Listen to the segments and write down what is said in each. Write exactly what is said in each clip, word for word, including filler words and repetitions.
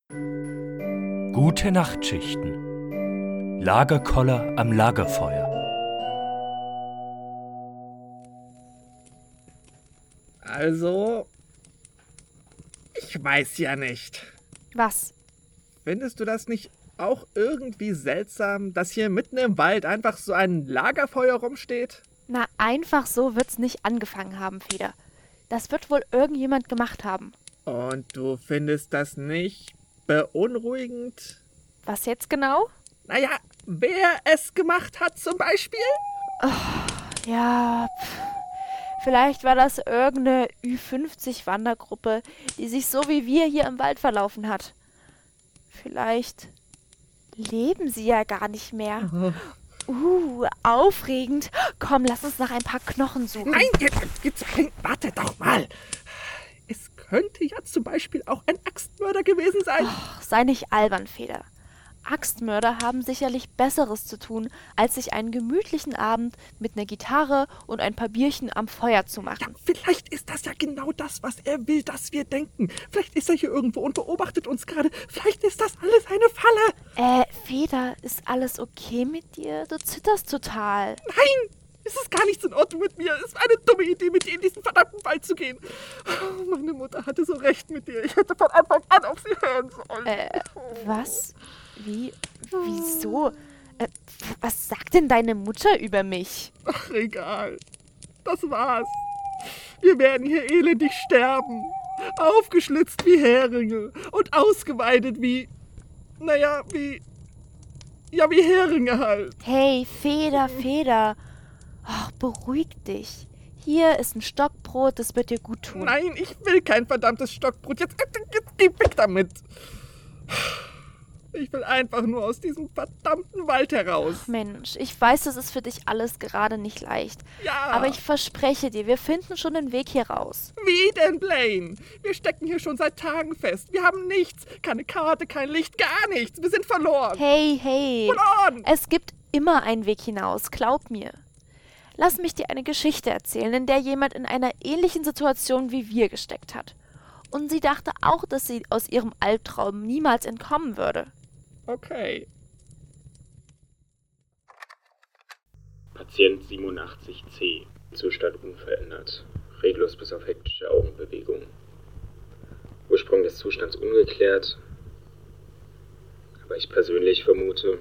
Gute Nachtschichten. Lagerkoller am Lagerfeuer. Also, ich weiß ja nicht. Was? Findest du das nicht auch irgendwie seltsam, dass hier mitten im Wald einfach so ein Lagerfeuer rumsteht? Na, einfach so wird's nicht angefangen haben, Feder. Das wird wohl irgendjemand gemacht haben. Und du findest das nicht beunruhigend? Was jetzt genau? Naja, wer es gemacht hat zum Beispiel? Ja, pff, vielleicht war das irgendeine Ü fünfzig Wandergruppe, die sich so wie wir hier im Wald verlaufen hat. Vielleicht leben sie ja gar nicht mehr. Uh, aufregend. Komm, lass uns nach ein paar Knochen suchen. Nein, jetzt, jetzt, warte doch mal. Es könnte ja zum Beispiel auch ein Axtmörder gewesen sein. Ach, sei nicht albern, Feder. Axtmörder haben sicherlich Besseres zu tun, als sich einen gemütlichen Abend mit einer Gitarre und ein paar Bierchen am Feuer zu Ja, machen. vielleicht ist das ja genau das, was er will, dass wir denken. Vielleicht ist er hier irgendwo und beobachtet uns gerade. Vielleicht ist das alles eine Falle. Äh, Feder, ist alles okay mit dir? Du zitterst total. Nein, es ist gar nichts in Ordnung mit mir. Es war eine dumme Idee, mit dir in diesen verdammten Wald zu gehen. Oh, meine Mutter hatte so recht mit dir. Ich hätte von Anfang an auf sie hören sollen. Äh, was? Wie? Wieso? Äh, was sagt denn deine Mutter über mich? Ach, egal. Das war's. Wir werden hier elendig sterben. Aufgeschlitzt wie Heringe und ausgeweidet wie... Naja, wie... Ja, wie Heringe halt. Hey, Feder, Feder. Ach, beruhig dich. Hier ist ein Stockbrot, das wird dir gut tun. Nein, ich will kein verdammtes Stockbrot. Jetzt, jetzt, jetzt geh weg damit. Ich will einfach nur aus diesem verdammten Wald heraus. Mensch, ich weiß, das ist für dich alles gerade nicht leicht. Ja. Aber ich verspreche dir, wir finden schon den Weg hier raus. Wie denn, Blaine? Wir stecken hier schon seit Tagen fest. Wir haben nichts. Keine Karte, kein Licht, gar nichts. Wir sind verloren. Hey, hey. Verloren. Es gibt immer einen Weg hinaus, glaub mir. Lass mich dir eine Geschichte erzählen, in der jemand in einer ähnlichen Situation wie wir gesteckt hat. Und sie dachte auch, dass sie aus ihrem Albtraum niemals entkommen würde. Okay. Patient siebenundachtzig C. Zustand unverändert. Reglos bis auf hektische Augenbewegungen. Ursprung des Zustands ungeklärt. Aber ich persönlich vermute...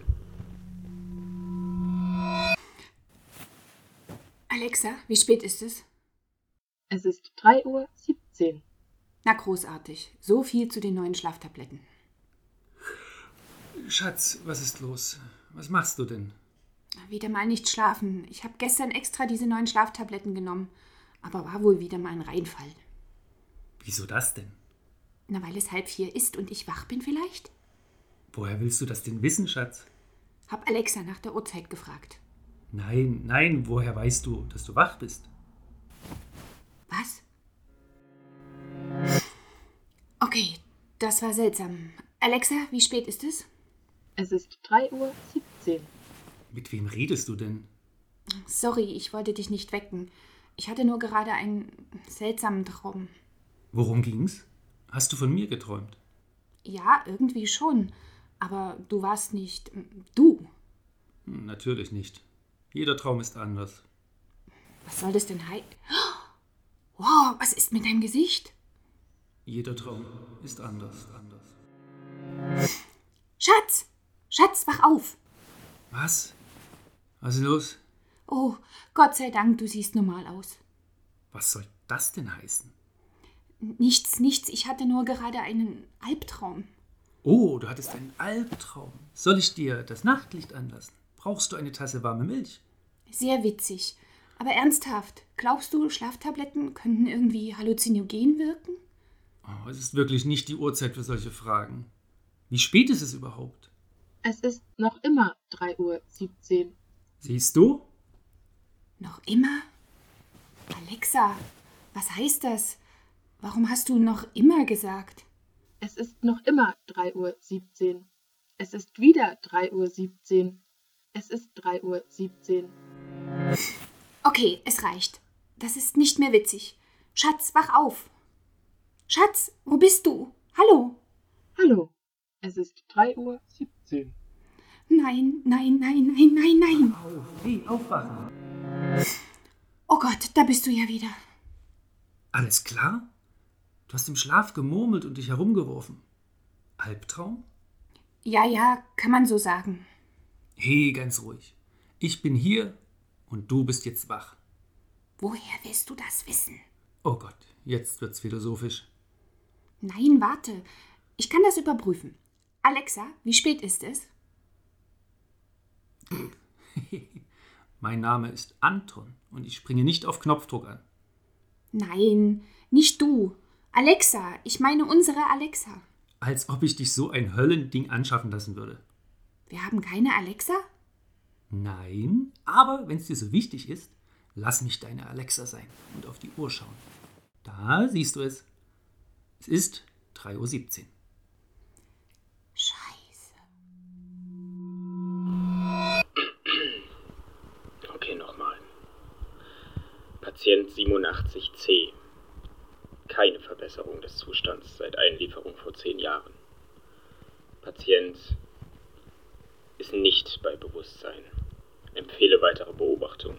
Alexa, wie spät ist es? Es ist drei Uhr siebzehn. Na, großartig. So viel zu den neuen Schlaftabletten. Schatz, was ist los? Was machst du denn? Wieder mal nicht schlafen. Ich habe gestern extra diese neuen Schlaftabletten genommen. Aber war wohl wieder mal ein Reinfall. Wieso das denn? Na, weil es halb vier ist und ich wach bin vielleicht? Woher willst du das denn wissen, Schatz? Hab Alexa nach der Uhrzeit gefragt. Nein, nein, woher weißt du, dass du wach bist? Was? Okay, das war seltsam. Alexa, wie spät ist es? Es ist drei Uhr siebzehn. Mit wem redest du denn? Sorry, ich wollte dich nicht wecken. Ich hatte nur gerade einen seltsamen Traum. Worum ging's? Hast du von mir geträumt? Ja, irgendwie schon. Aber du warst nicht du. Hm, natürlich nicht. Jeder Traum ist anders. Was soll das denn heißen? Wow, was ist mit deinem Gesicht? Jeder Traum ist anders, anders. Schatz! Schatz, wach auf! Was? Was ist los? Oh, Gott sei Dank, du siehst normal aus. Was soll das denn heißen? Nichts, nichts. Ich hatte nur gerade einen Albtraum. Oh, du hattest einen Albtraum. Soll ich dir das Nachtlicht anlassen? Brauchst du eine Tasse warme Milch? Sehr witzig. Aber ernsthaft, glaubst du, Schlaftabletten könnten irgendwie halluzinogen wirken? Oh, es ist wirklich nicht die Uhrzeit für solche Fragen. Wie spät ist es überhaupt? Es ist noch immer drei Uhr siebzehn. Siehst du? Noch immer? Alexa, was heißt das? Warum hast du noch immer gesagt? Es ist noch immer drei Uhr siebzehn. Es ist wieder drei Uhr siebzehn. Es ist drei Uhr siebzehn. Okay, es reicht. Das ist nicht mehr witzig. Schatz, wach auf. Schatz, wo bist du? Hallo? Hallo, Es ist drei Uhr siebzehn. Nein, nein, nein, nein, nein, nein. Auf, hey, aufwachen. Oh Gott, da bist du ja wieder. Alles klar? Du hast im Schlaf gemurmelt und dich herumgeworfen. Albtraum? Ja, ja, kann man so sagen. Hey, ganz ruhig. Ich bin hier und du bist jetzt wach. Woher willst du das wissen? Oh Gott, jetzt wird's philosophisch. Nein, warte. Ich kann das überprüfen. Alexa, wie spät ist es? Mein Name ist Anton und ich springe nicht auf Knopfdruck an. Nein, nicht du. Alexa, ich meine unsere Alexa. Als ob ich dich so ein Höllending anschaffen lassen würde. Wir haben keine Alexa? Nein, aber wenn es dir so wichtig ist, lass mich deine Alexa sein und auf die Uhr schauen. Da siehst du es. Es ist drei Uhr siebzehn. Scheiße. Okay, nochmal. Patient siebenundachtzig C. Keine Verbesserung des Zustands seit Einlieferung vor zehn Jahren. Patient ist nicht bei Bewusstsein. Empfehle weitere Beobachtung.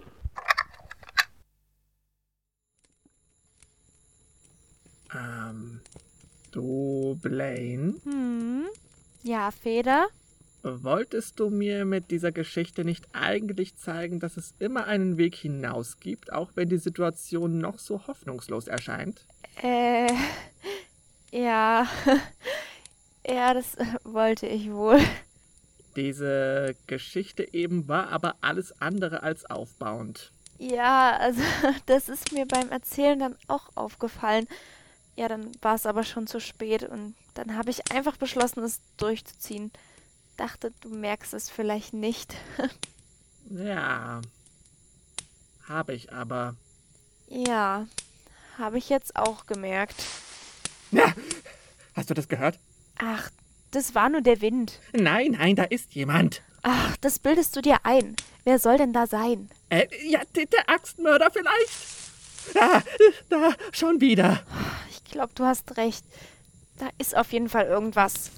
Ähm, du, Blaine, Hm. Ja, Feder? wolltest du mir mit dieser Geschichte nicht eigentlich zeigen, dass es immer einen Weg hinaus gibt, auch wenn die Situation noch so hoffnungslos erscheint? Äh, ja. Ja, das äh, wollte ich wohl. Diese Geschichte eben war aber alles andere als aufbauend. Ja, also das ist mir beim Erzählen dann auch aufgefallen. Ja, dann war es aber schon zu spät und dann habe ich einfach beschlossen, es durchzuziehen. Dachte, du merkst es vielleicht nicht. Ja, habe ich aber. Ja, habe ich jetzt auch gemerkt. Ja, hast du das gehört? Ach, das war nur der Wind. Nein, nein, da ist jemand. Ach, das bildest du dir ein. Wer soll denn da sein? Äh, ja, der, der Axtmörder vielleicht. Da, da, schon wieder. Ich glaube, du hast recht. Da ist auf jeden Fall irgendwas.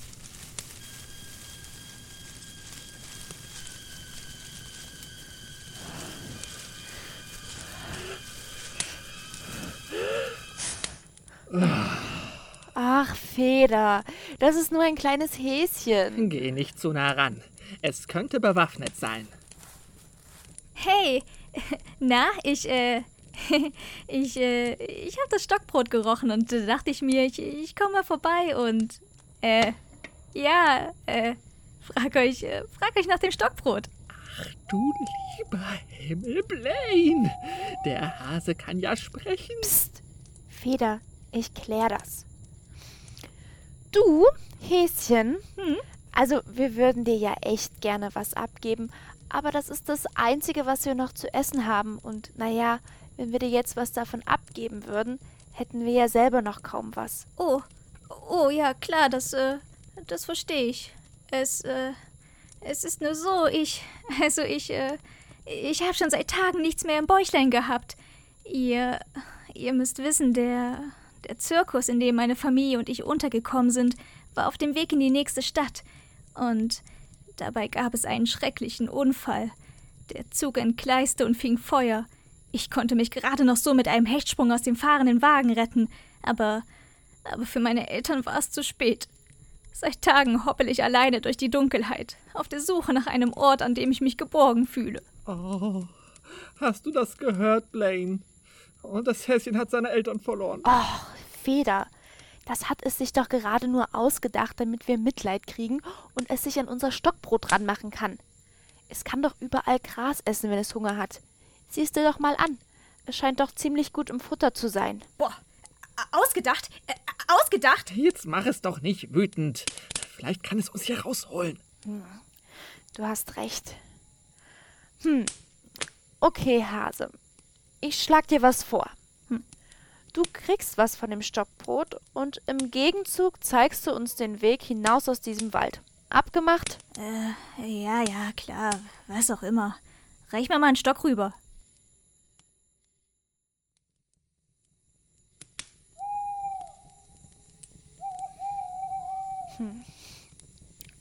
Ach, Feder, das ist nur ein kleines Häschen. Geh nicht zu nah ran. Es könnte bewaffnet sein. Hey, na, ich, äh, ich, äh, ich habe das Stockbrot gerochen und da dachte ich mir, ich, ich komme mal vorbei und, äh, ja, äh, frag euch, äh, frag euch nach dem Stockbrot. Ach du lieber Himmel, Blaine. Der Hase kann ja sprechen. Psst, Feder, ich klär das. Du, Häschen, Hm? also wir würden dir ja echt gerne was abgeben, aber das ist das Einzige, was wir noch zu essen haben. Und naja, wenn wir dir jetzt was davon abgeben würden, hätten wir ja selber noch kaum was. Oh, oh, ja, klar, das, äh, das verstehe ich. Es, äh, es ist nur so, ich, also ich, äh, ich habe schon seit Tagen nichts mehr im Bäuchlein gehabt. Ihr, ihr müsst wissen, der, der Zirkus, in dem meine Familie und ich untergekommen sind, war auf dem Weg in die nächste Stadt. Und dabei gab es einen schrecklichen Unfall. Der Zug entgleiste und fing Feuer. Ich konnte mich gerade noch so mit einem Hechtsprung aus dem fahrenden Wagen retten, aber, aber für meine Eltern war es zu spät. Seit Tagen hoppel ich alleine durch die Dunkelheit, auf der Suche nach einem Ort, an dem ich mich geborgen fühle. Oh, hast du das gehört, Blaine? Und das Häschen hat seine Eltern verloren. Och, Feder, das hat es sich doch gerade nur ausgedacht, damit wir Mitleid kriegen und es sich an unser Stockbrot ranmachen kann. Es kann doch überall Gras essen, wenn es Hunger hat. Siehst du doch mal an. Es scheint doch ziemlich gut im Futter zu sein. Boah, ausgedacht? Äh, ausgedacht? Jetzt mach es doch nicht wütend. Vielleicht kann es uns hier rausholen. Hm, du hast recht. Hm, okay, Hase. Ich schlag dir was vor. Hm. Du kriegst was von dem Stockbrot und im Gegenzug zeigst du uns den Weg hinaus aus diesem Wald. Abgemacht? Äh, ja, ja, klar. Was auch immer. Reich mir mal einen Stock rüber. Hm.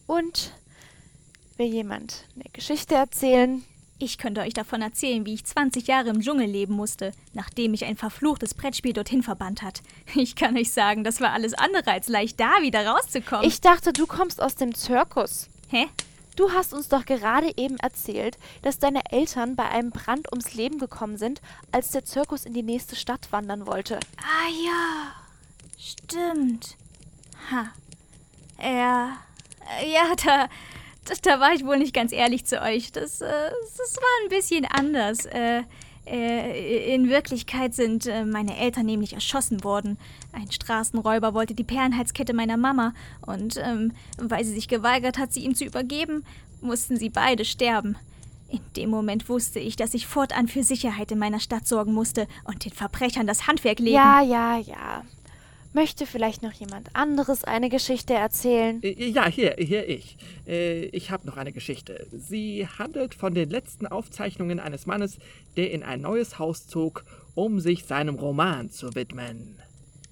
Und will jemand eine Geschichte erzählen? Ich könnte euch davon erzählen, wie ich zwanzig Jahre im Dschungel leben musste, nachdem mich ein verfluchtes Brettspiel dorthin verbannt hat. Ich kann euch sagen, das war alles andere als leicht, da wieder rauszukommen. Ich dachte, du kommst aus dem Zirkus. Hä? Du hast uns doch gerade eben erzählt, dass deine Eltern bei einem Brand ums Leben gekommen sind, als der Zirkus in die nächste Stadt wandern wollte. Ah ja, stimmt. Ha. Ja, ja, da... Da war ich wohl nicht ganz ehrlich zu euch. Das, äh, das war ein bisschen anders. Äh, äh, in Wirklichkeit sind äh, meine Eltern nämlich erschossen worden. Ein Straßenräuber wollte die Perlenhalskette meiner Mama und ähm, weil sie sich geweigert hat, sie ihm zu übergeben, mussten sie beide sterben. In dem Moment wusste ich, dass ich fortan für Sicherheit in meiner Stadt sorgen musste und den Verbrechern das Handwerk legen. Ja, ja, ja. Möchte vielleicht noch jemand anderes eine Geschichte erzählen? Ja, hier, hier ich. Ich habe noch eine Geschichte. Sie handelt von den letzten Aufzeichnungen eines Mannes, der in ein neues Haus zog, um sich seinem Roman zu widmen.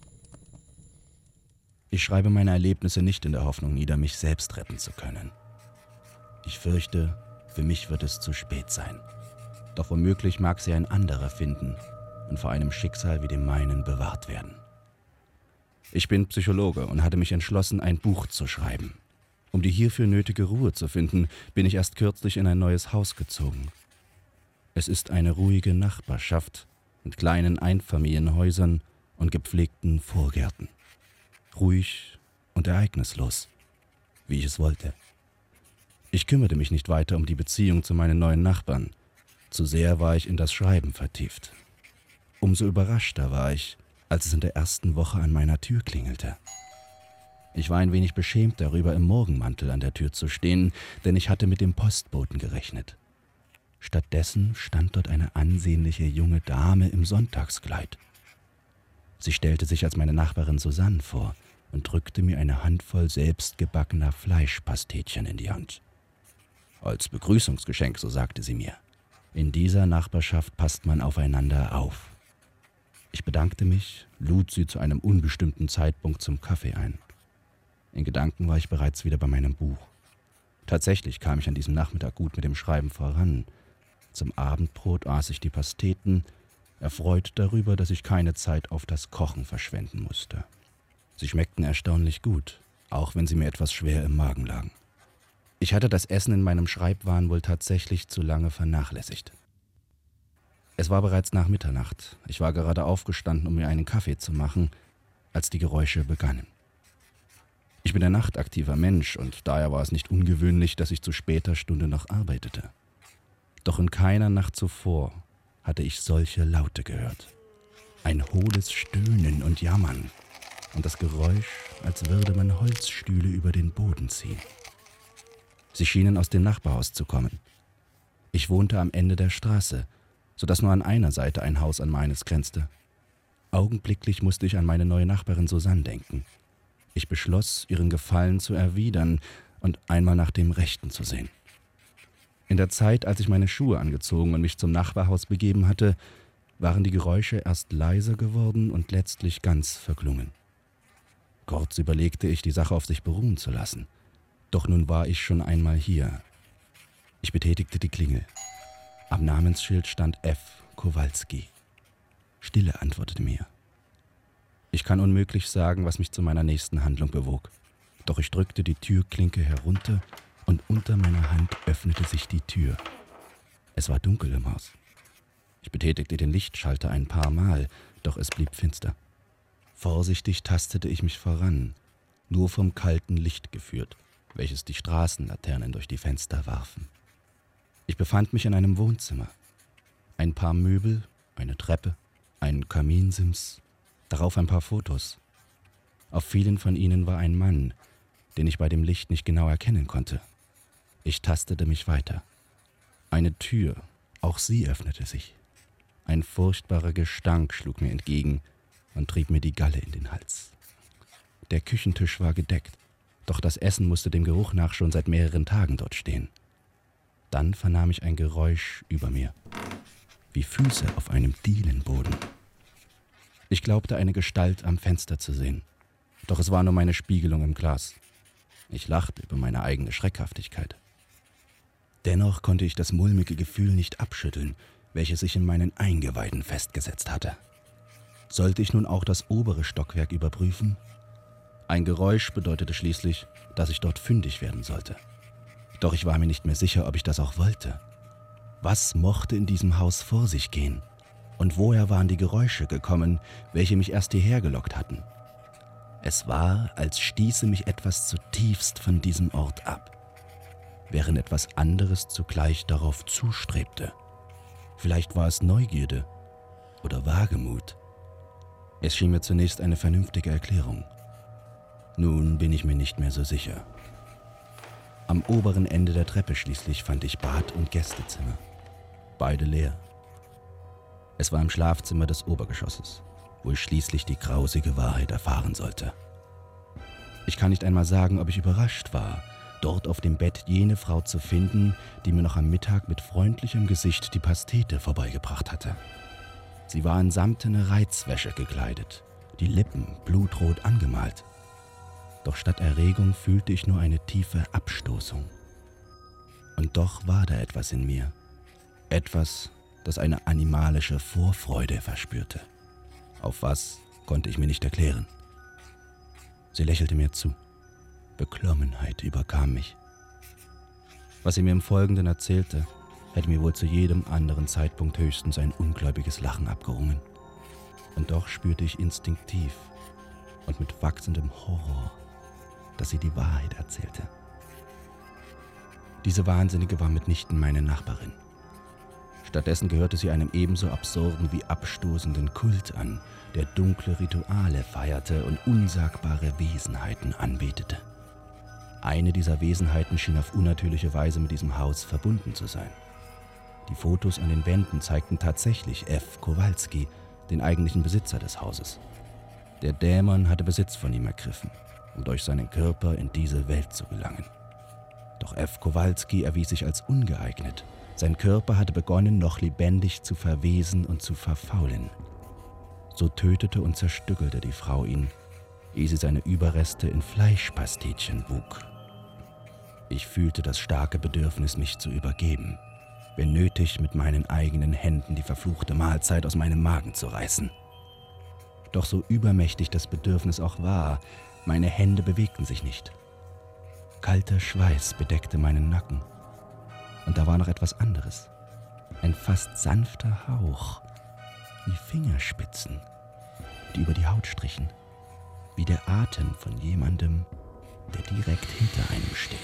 Ich schreibe meine Erlebnisse nicht in der Hoffnung nieder, mich selbst retten zu können. Ich fürchte, für mich wird es zu spät sein. Doch womöglich mag sie ein anderer finden und vor einem Schicksal wie dem meinen bewahrt werden. Ich bin Psychologe und hatte mich entschlossen, ein Buch zu schreiben. Um die hierfür nötige Ruhe zu finden, bin ich erst kürzlich in ein neues Haus gezogen. Es ist eine ruhige Nachbarschaft mit kleinen Einfamilienhäusern und gepflegten Vorgärten. Ruhig und ereignislos, wie ich es wollte. Ich kümmerte mich nicht weiter um die Beziehung zu meinen neuen Nachbarn. Zu sehr war ich in das Schreiben vertieft. Umso überraschter war ich, als es in der ersten Woche an meiner Tür klingelte. Ich war ein wenig beschämt darüber, im Morgenmantel an der Tür zu stehen, denn ich hatte mit dem Postboten gerechnet. Stattdessen stand dort eine ansehnliche junge Dame im Sonntagskleid. Sie stellte sich als meine Nachbarin Susanne vor und drückte mir eine Handvoll selbstgebackener Fleischpastetchen in die Hand. Als Begrüßungsgeschenk, so sagte sie mir. In dieser Nachbarschaft passt man aufeinander auf. Ich bedankte mich, lud sie zu einem unbestimmten Zeitpunkt zum Kaffee ein. In Gedanken war ich bereits wieder bei meinem Buch. Tatsächlich kam ich an diesem Nachmittag gut mit dem Schreiben voran. Zum Abendbrot aß ich die Pasteten, erfreut darüber, dass ich keine Zeit auf das Kochen verschwenden musste. Sie schmeckten erstaunlich gut, auch wenn sie mir etwas schwer im Magen lagen. Ich hatte das Essen in meinem Schreibwahn wohl tatsächlich zu lange vernachlässigt. Es war bereits nach Mitternacht. Ich war gerade aufgestanden, um mir einen Kaffee zu machen, als die Geräusche begannen. Ich bin ein nachtaktiver Mensch und daher war es nicht ungewöhnlich, dass ich zu später Stunde noch arbeitete. Doch in keiner Nacht zuvor hatte ich solche Laute gehört. Ein hohles Stöhnen und Jammern und das Geräusch, als würde man Holzstühle über den Boden ziehen. Sie schienen aus dem Nachbarhaus zu kommen. Ich wohnte am Ende der Straße, sodass nur an einer Seite ein Haus an meines grenzte. Augenblicklich musste ich an meine neue Nachbarin Susanne denken. Ich beschloss, ihren Gefallen zu erwidern und einmal nach dem Rechten zu sehen. In der Zeit, als ich meine Schuhe angezogen und mich zum Nachbarhaus begeben hatte, waren die Geräusche erst leiser geworden und letztlich ganz verklungen. Kurz überlegte ich, die Sache auf sich beruhen zu lassen. Doch nun war ich schon einmal hier. Ich betätigte die Klingel. Am Namensschild stand F. Kowalski. Stille antwortete mir. Ich kann unmöglich sagen, was mich zu meiner nächsten Handlung bewog. Doch ich drückte die Türklinke herunter und unter meiner Hand öffnete sich die Tür. Es war dunkel im Haus. Ich betätigte den Lichtschalter ein paar Mal, doch es blieb finster. Vorsichtig tastete ich mich voran, nur vom kalten Licht geführt, welches die Straßenlaternen durch die Fenster warfen. Ich befand mich in einem Wohnzimmer. Ein paar Möbel, eine Treppe, ein Kaminsims, darauf ein paar Fotos. Auf vielen von ihnen war ein Mann, den ich bei dem Licht nicht genau erkennen konnte. Ich tastete mich weiter. Eine Tür, auch sie öffnete sich. Ein furchtbarer Gestank schlug mir entgegen und trieb mir die Galle in den Hals. Der Küchentisch war gedeckt, doch das Essen musste dem Geruch nach schon seit mehreren Tagen dort stehen. Dann vernahm ich ein Geräusch über mir, wie Füße auf einem Dielenboden. Ich glaubte, eine Gestalt am Fenster zu sehen, doch es war nur meine Spiegelung im Glas. Ich lachte über meine eigene Schreckhaftigkeit. Dennoch konnte ich das mulmige Gefühl nicht abschütteln, welches sich in meinen Eingeweiden festgesetzt hatte. Sollte ich nun auch das obere Stockwerk überprüfen? Ein Geräusch bedeutete schließlich, dass ich dort fündig werden sollte. Doch ich war mir nicht mehr sicher, ob ich das auch wollte. Was mochte in diesem Haus vor sich gehen? Und woher waren die Geräusche gekommen, welche mich erst hierher gelockt hatten? Es war, als stieße mich etwas zutiefst von diesem Ort ab, während etwas anderes zugleich darauf zustrebte. Vielleicht war es Neugierde oder Wagemut. Es schien mir zunächst eine vernünftige Erklärung. Nun bin ich mir nicht mehr so sicher. Am oberen Ende der Treppe schließlich fand ich Bad- und Gästezimmer. Beide leer. Es war im Schlafzimmer des Obergeschosses, wo ich schließlich die grausige Wahrheit erfahren sollte. Ich kann nicht einmal sagen, ob ich überrascht war, dort auf dem Bett jene Frau zu finden, die mir noch am Mittag mit freundlichem Gesicht die Pastete vorbeigebracht hatte. Sie war in samtene Reizwäsche gekleidet, die Lippen blutrot angemalt. Doch statt Erregung fühlte ich nur eine tiefe Abstoßung. Und doch war da etwas in mir, etwas, das eine animalische Vorfreude verspürte. Auf was, konnte ich mir nicht erklären. Sie lächelte mir zu. Beklommenheit überkam mich. Was sie mir im Folgenden erzählte, hätte mir wohl zu jedem anderen Zeitpunkt höchstens ein ungläubiges Lachen abgerungen. Und doch spürte ich instinktiv und mit wachsendem Horror, dass sie die Wahrheit erzählte. Diese Wahnsinnige war mitnichten meine Nachbarin. Stattdessen gehörte sie einem ebenso absurden wie abstoßenden Kult an, der dunkle Rituale feierte und unsagbare Wesenheiten anbetete. Eine dieser Wesenheiten schien auf unnatürliche Weise mit diesem Haus verbunden zu sein. Die Fotos an den Wänden zeigten tatsächlich F. Kowalski, den eigentlichen Besitzer des Hauses. Der Dämon hatte Besitz von ihm ergriffen, um durch seinen Körper in diese Welt zu gelangen. Doch F. Kowalski erwies sich als ungeeignet. Sein Körper hatte begonnen, noch lebendig zu verwesen und zu verfaulen. So tötete und zerstückelte die Frau ihn, ehe sie seine Überreste in Fleischpastetchen wog. Ich fühlte das starke Bedürfnis, mich zu übergeben, wenn nötig, mit meinen eigenen Händen die verfluchte Mahlzeit aus meinem Magen zu reißen. Doch so übermächtig das Bedürfnis auch war, meine Hände bewegten sich nicht. Kalter Schweiß bedeckte meinen Nacken. Und da war noch etwas anderes. Ein fast sanfter Hauch, wie Fingerspitzen, die über die Haut strichen, wie der Atem von jemandem, der direkt hinter einem steht.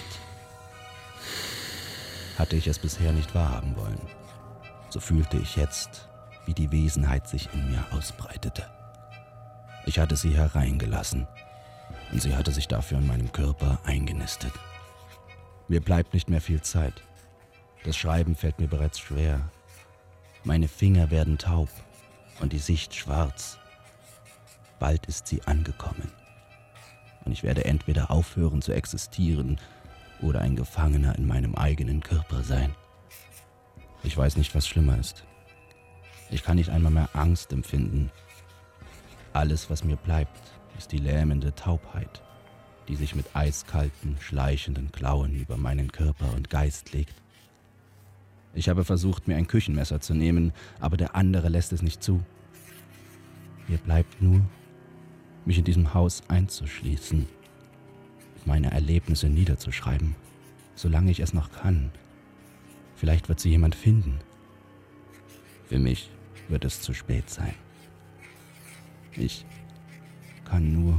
Hatte ich es bisher nicht wahrhaben wollen, so fühlte ich jetzt, wie die Wesenheit sich in mir ausbreitete. Ich hatte sie hereingelassen und sie hatte sich dafür in meinem Körper eingenistet. Mir bleibt nicht mehr viel Zeit. Das Schreiben fällt mir bereits schwer. Meine Finger werden taub und die Sicht schwarz. Bald ist sie angekommen. Und ich werde entweder aufhören zu existieren oder ein Gefangener in meinem eigenen Körper sein. Ich weiß nicht, was schlimmer ist. Ich kann nicht einmal mehr Angst empfinden. Alles, was mir bleibt, ist die lähmende Taubheit, die sich mit eiskalten, schleichenden Klauen über meinen Körper und Geist legt. Ich habe versucht, mir ein Küchenmesser zu nehmen, aber der andere lässt es nicht zu. Mir bleibt nur, mich in diesem Haus einzuschließen, meine Erlebnisse niederzuschreiben, solange ich es noch kann. Vielleicht wird sie jemand finden. Für mich wird es zu spät sein. Ich kann nur...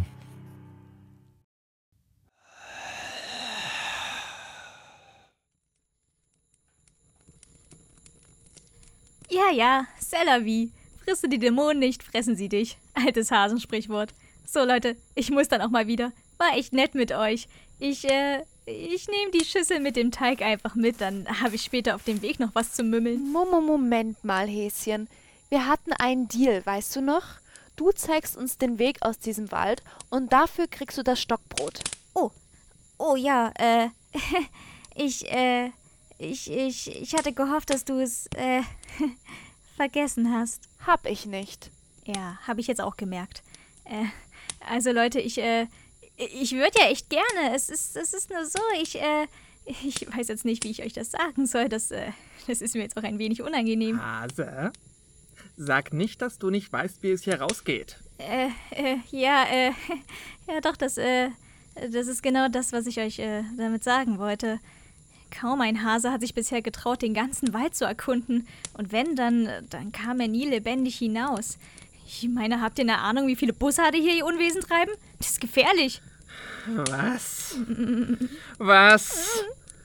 Ja, ja, c'est la vie. Frisse die Dämonen nicht, fressen sie dich. Altes Hasensprichwort. So, Leute, ich muss dann auch mal wieder. War echt nett mit euch. Ich, äh, ich nehme die Schüssel mit dem Teig einfach mit, dann habe ich später auf dem Weg noch was zu mümmeln. Moment mal, Häschen. Wir hatten einen Deal, weißt du noch? Du zeigst uns den Weg aus diesem Wald und dafür kriegst du das Stockbrot. Oh, oh ja, äh, ich, äh, ich, ich, ich hatte gehofft, dass du es, äh, vergessen hast. Hab ich nicht. Ja, habe ich jetzt auch gemerkt. Äh, also Leute, ich, äh, ich würde ja echt gerne. Es ist, es ist nur so, ich, äh, ich weiß jetzt nicht, wie ich euch das sagen soll. Das, äh, das ist mir jetzt auch ein wenig unangenehm. Hase, sag nicht, dass du nicht weißt, wie es hier rausgeht. Äh, äh, ja, äh, ja doch, das, äh, das ist genau das, was ich euch, äh, damit sagen wollte. Kaum ein Hase hat sich bisher getraut, den ganzen Wald zu erkunden. Und wenn, dann, dann kam er nie lebendig hinaus. Ich meine, habt ihr eine Ahnung, wie viele Bussarde hier ihr Unwesen treiben? Das ist gefährlich. Was? Was?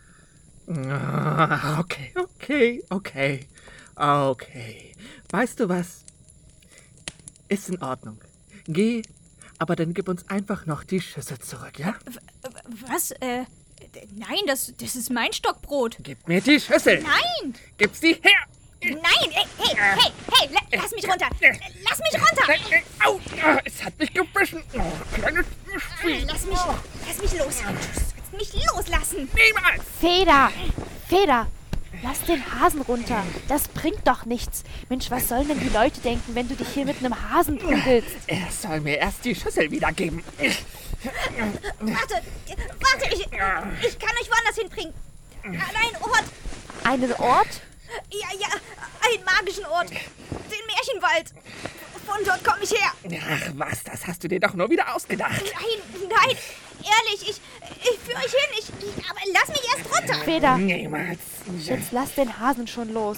Okay, okay, okay, okay. Weißt du was? Ist in Ordnung. Geh, aber dann gib uns einfach noch die Schüssel zurück, ja? Was? Äh, nein, das, das ist mein Stockbrot. Gib mir die Schüssel. Nein! Gib sie her. Nein! Hey, hey, hey, hey, la, lass mich runter! Lass mich runter! Au! Es hat mich gebissen! Oh, kleines Spiel! Lass mich, lass mich los! Du sollst mich loslassen! Niemals! Feder! Feder! Lass den Hasen runter. Das bringt doch nichts. Mensch, was sollen denn die Leute denken, wenn du dich hier mit einem Hasen prügelst? Er soll mir erst die Schüssel wiedergeben. Warte! Warte! Ich, ich kann euch woanders hinbringen! An einen Ort! Einen Ort? Ja, ja, einen magischen Ort. Den Märchenwald. Von dort komme ich her. Ach was, das hast du dir doch nur wieder ausgedacht. Nein, nein, ehrlich, ich, ich führe euch hin. Ich, ich, aber lass mich erst runter. Feder, Niemals. jetzt lass den Hasen schon los.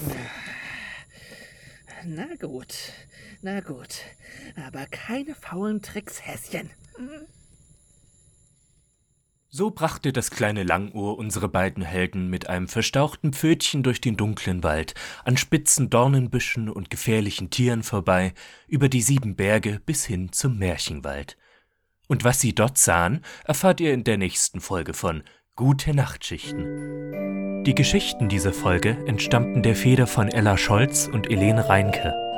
Na gut, na gut. Aber keine faulen Tricks, Häschen. So brachte das kleine Langohr unsere beiden Helden mit einem verstauchten Pfötchen durch den dunklen Wald, an spitzen Dornenbüschen und gefährlichen Tieren vorbei, über die sieben Berge bis hin zum Märchenwald. Und was sie dort sahen, erfahrt ihr in der nächsten Folge von Gute Nachtschichten. Die Geschichten dieser Folge entstammten der Feder von Ella Scholz und Helene Reinke.